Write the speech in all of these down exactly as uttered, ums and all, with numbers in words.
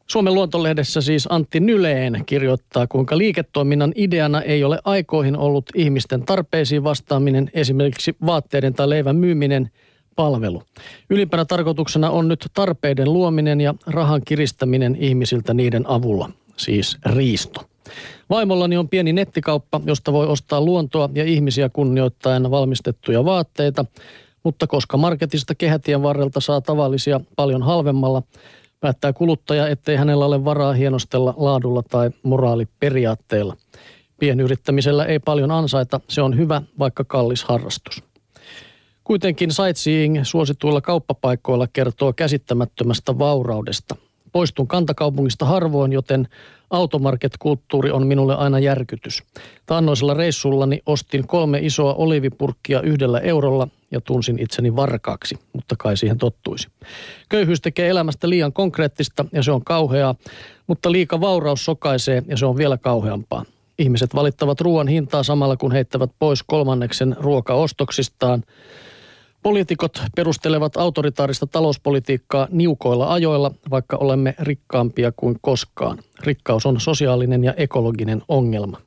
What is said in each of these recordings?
Suomen Luontolehdessä siis Antti Nylén kirjoittaa, kuinka liiketoiminnan ideana ei ole aikoihin ollut ihmisten tarpeisiin vastaaminen, esimerkiksi vaatteiden tai leivän myyminen, palvelu. Ylimpänä tarkoituksena on nyt tarpeiden luominen ja rahan kiristäminen ihmisiltä niiden avulla, siis riisto. Vaimollani on pieni nettikauppa, josta voi ostaa luontoa ja ihmisiä kunnioittaen valmistettuja vaatteita, mutta koska marketista kehätien varrelta saa tavallisia paljon halvemmalla, päättää kuluttaja, ettei hänellä ole varaa hienostella laadulla tai moraaliperiaatteella. Pienyrittämisellä ei paljon ansaita, se on hyvä, vaikka kallis harrastus. Kuitenkin sightseeing suosituilla kauppapaikoilla kertoo käsittämättömästä vauraudesta. Poistun kantakaupungista harvoin, joten automarket-kulttuuri on minulle aina järkytys. Taannoisella reissullani ostin kolme isoa olivipurkkia yhdellä eurolla ja tunsin itseni varkaaksi, mutta kai siihen tottuisi. Köyhyys tekee elämästä liian konkreettista ja se on kauheaa, mutta liika vauraus sokaisee ja se on vielä kauheampaa. Ihmiset valittavat ruoan hintaa samalla kun heittävät pois kolmanneksen ruokaostoksistaan. Poliitikot perustelevat autoritaarista talouspolitiikkaa niukoilla ajoilla, vaikka olemme rikkaampia kuin koskaan. Rikkaus on sosiaalinen ja ekologinen ongelma.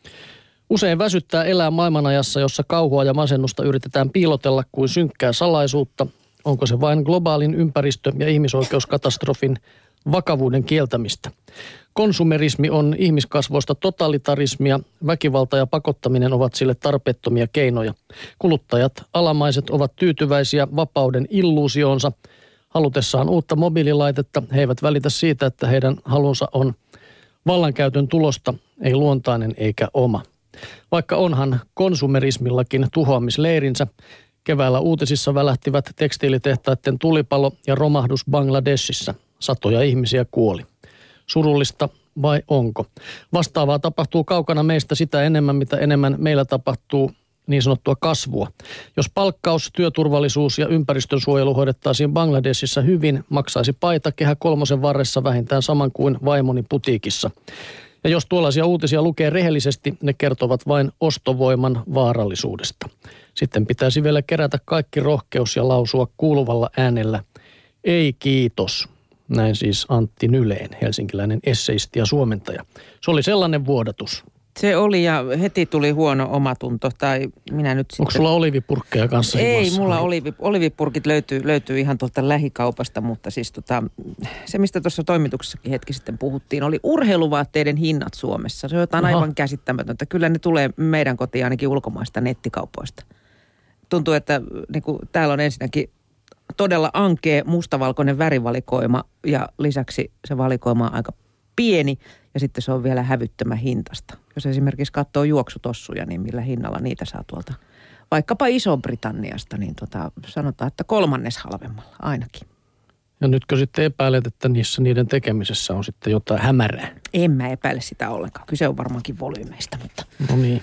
Usein väsyttää elää maailmanajassa, jossa kauhua ja masennusta yritetään piilotella kuin synkkää salaisuutta. Onko se vain globaalin ympäristö- ja ihmisoikeuskatastrofin vakavuuden kieltämistä? Konsumerismi on ihmiskasvoista totalitarismia, väkivalta ja pakottaminen ovat sille tarpeettomia keinoja. Kuluttajat, alamaiset, ovat tyytyväisiä vapauden illuusioonsa. Halutessaan uutta mobiililaitetta he eivät välitä siitä, että heidän halunsa on vallankäytön tulosta, ei luontainen eikä oma. Vaikka onhan konsumerismillakin tuhoamisleirinsä, keväällä uutisissa välähtivät tekstiilitehtaiden tulipalo ja romahdus Bangladeshissa. Satoja ihmisiä kuoli. Surullista vai onko? Vastaavaa tapahtuu kaukana meistä sitä enemmän, mitä enemmän meillä tapahtuu niin sanottua kasvua. Jos palkkaus, työturvallisuus ja ympäristönsuojelu hoidettaisiin Bangladesissa hyvin, maksaisi paita Kehä Kolmosen varressa vähintään saman kuin vaimoni putiikissa. Ja jos tuollaisia uutisia lukee rehellisesti, ne kertovat vain ostovoiman vaarallisuudesta. Sitten pitäisi vielä kerätä kaikki rohkeus ja lausua kuuluvalla äänellä: ei kiitos. Näin siis Antti Nylén, helsinkiläinen esseisti ja suomentaja. Se oli sellainen vuodatus. Se oli ja heti tuli huono omatunto. Tai minä nyt sitten... Onko sulla olivipurkkeja kanssa? Ei, mulla olivi, olivipurkit löytyy, löytyy ihan tuolta lähikaupasta, mutta siis tota, se, mistä tuossa toimituksessakin hetki sitten puhuttiin, oli urheiluvaatteiden hinnat Suomessa. Se on jotain Aha. aivan käsittämätöntä. Kyllä ne tulee meidän kotiin ainakin ulkomaista nettikaupoista. Tuntuu, että niin kuin, täällä on ensinnäkin todella ankea mustavalkoinen värivalikoima ja lisäksi se valikoima on aika pieni ja sitten se on vielä hävyttömän hintasta. Jos esimerkiksi katsoo juoksutossuja, niin millä hinnalla niitä saa tuolta vaikkapa Iso-Britanniasta, niin tota, sanotaan, että kolmannes halvemmalla ainakin. Ja nytkö sitten epäilet, että niissä niiden tekemisessä on sitten jotain hämärää? En mä epäile sitä ollenkaan. Kyse on varmaankin volyymeista, mutta no niin.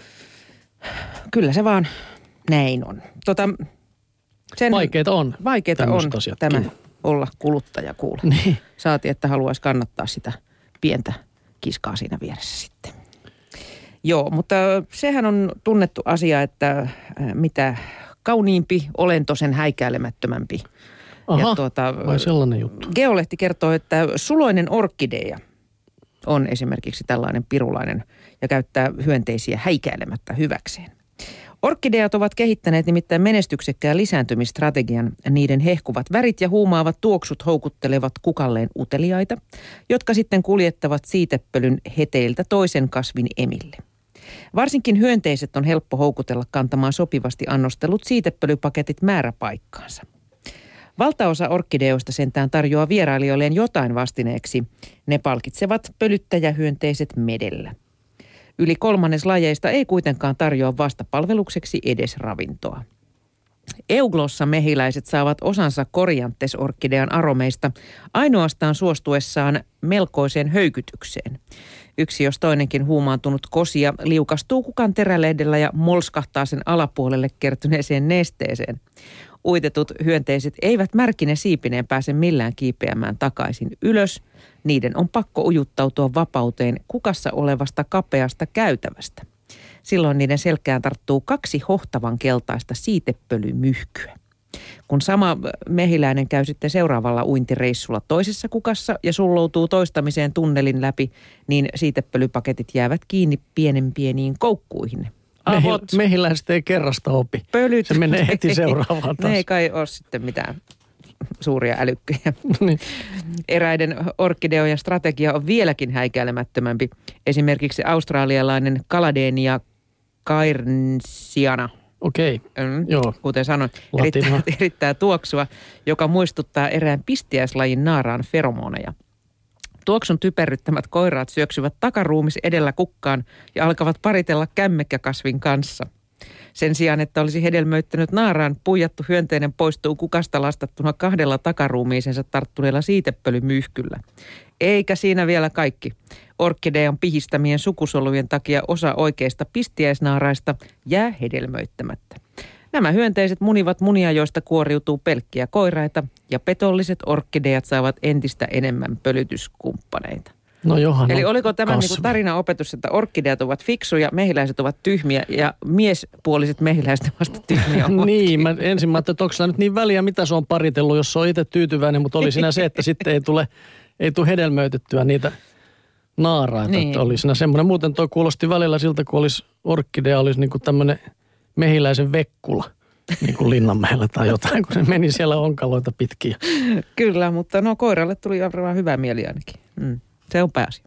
Kyllä se vaan näin on. Tota, sen vaikeita on. Vaikeita on tämä olla kuluttaja kuule. Niin. Saati, että haluaisi kannattaa sitä pientä kiskaa siinä vieressä sitten. Joo, mutta sehän on tunnettu asia, että mitä kauniimpi olento, sen häikäilemättömämpi. Aha, ja tuota, vai sellainen juttu. Geolehti kertoo, että suloinen orkidea on esimerkiksi tällainen pirulainen ja käyttää hyönteisiä häikäilemättä hyväkseen. Orkideat ovat kehittäneet nimittäin menestyksekkään lisääntymistrategian. Niiden hehkuvat värit ja huumaavat tuoksut houkuttelevat kukalleen uteliaita, jotka sitten kuljettavat siitepölyn heteiltä toisen kasvin emille. Varsinkin hyönteiset on helppo houkutella kantamaan sopivasti annostellut siitepölypaketit määräpaikkaansa. Valtaosa orkideoista sentään tarjoaa vierailijoilleen jotain vastineeksi. Ne palkitsevat pölyttäjähyönteiset medellä. Yli kolmannes lajeista ei kuitenkaan tarjoa vastapalvelukseksi edes ravintoa. Euglossa-mehiläiset saavat osansa koriantesorkidean aromeista ainoastaan suostuessaan melkoiseen höykytykseen. Yksi jos toinenkin huumaantunut kosia liukastuu kukan terälehdellä ja molskahtaa sen alapuolelle kertyneeseen nesteeseen. Uitetut hyönteiset eivät märkine siipineen pääse millään kiipeämään takaisin ylös. Niiden on pakko ujuttautua vapauteen kukassa olevasta kapeasta käytävästä. Silloin niiden selkään tarttuu kaksi hohtavan keltaista siitepölymyhkyä. Kun sama mehiläinen käy sitten seuraavalla uintireissulla toisessa kukassa ja sulloutuu toistamiseen tunnelin läpi, niin siitepölypaketit jäävät kiinni pienen pieniin koukkuihin. Ahot. Mehiläiset ei kerrasta opi. Pölyt. Se menee heti seuraavaan taas. Ne ei kai ole sitten mitään suuria älykkyjä. Niin. Eräiden orkideojen strategia on vieläkin häikäilemättömämpi. Esimerkiksi australialainen Caladenia cairnsiana. Okei, mm, joo. Kuten sanoin, erittää, erittää tuoksua, joka muistuttaa erään pistiäislajin naaraan feromoneja. Tuoksun typerryttämät koiraat syöksyvät takaruumis edellä kukkaan ja alkavat paritella kämmekkäkasvin kanssa. Sen sijaan, että olisi hedelmöittänyt naaraan, puijattu hyönteinen poistuu kukasta lastattuna kahdella takaruumiisensa tarttuneella siitepölymyyhkyllä. Eikä siinä vielä kaikki. Orkidean pihistämien sukusolujen takia osa oikeista pistiäisnaaraista jää hedelmöittämättä. Nämä hyönteiset munivat munia, joista kuoriutuu pelkkiä koiraita, ja petolliset orkideat saavat entistä enemmän pölytyskumppaneita. No johan. Eli oliko tämä niin kuin tarinaopetus, että orkideat ovat fiksuja, mehiläiset ovat tyhmiä ja miespuoliset mehiläiset vasta tyhmiä? Niin, mä ensin mä ajattelin, että onko nyt niin väliä, mitä se on paritellut, jos se on itse tyytyväinen, mutta oli siinä se, että sitten ei tule, ei tule hedelmöitettyä niitä naaraita. Niin. Oli siinä semmoinen, muuten toi kuulosti välillä siltä, kun olisi orkidea, olisi niin kuin tämmöinen mehiläisen vekkula. Niin kuin Linnanmäellä tai jotain, kun se meni siellä onkaloita pitkin. Kyllä, mutta no koiralle tuli aivan hyvä mieli ainakin. Mm. Se on pääasia.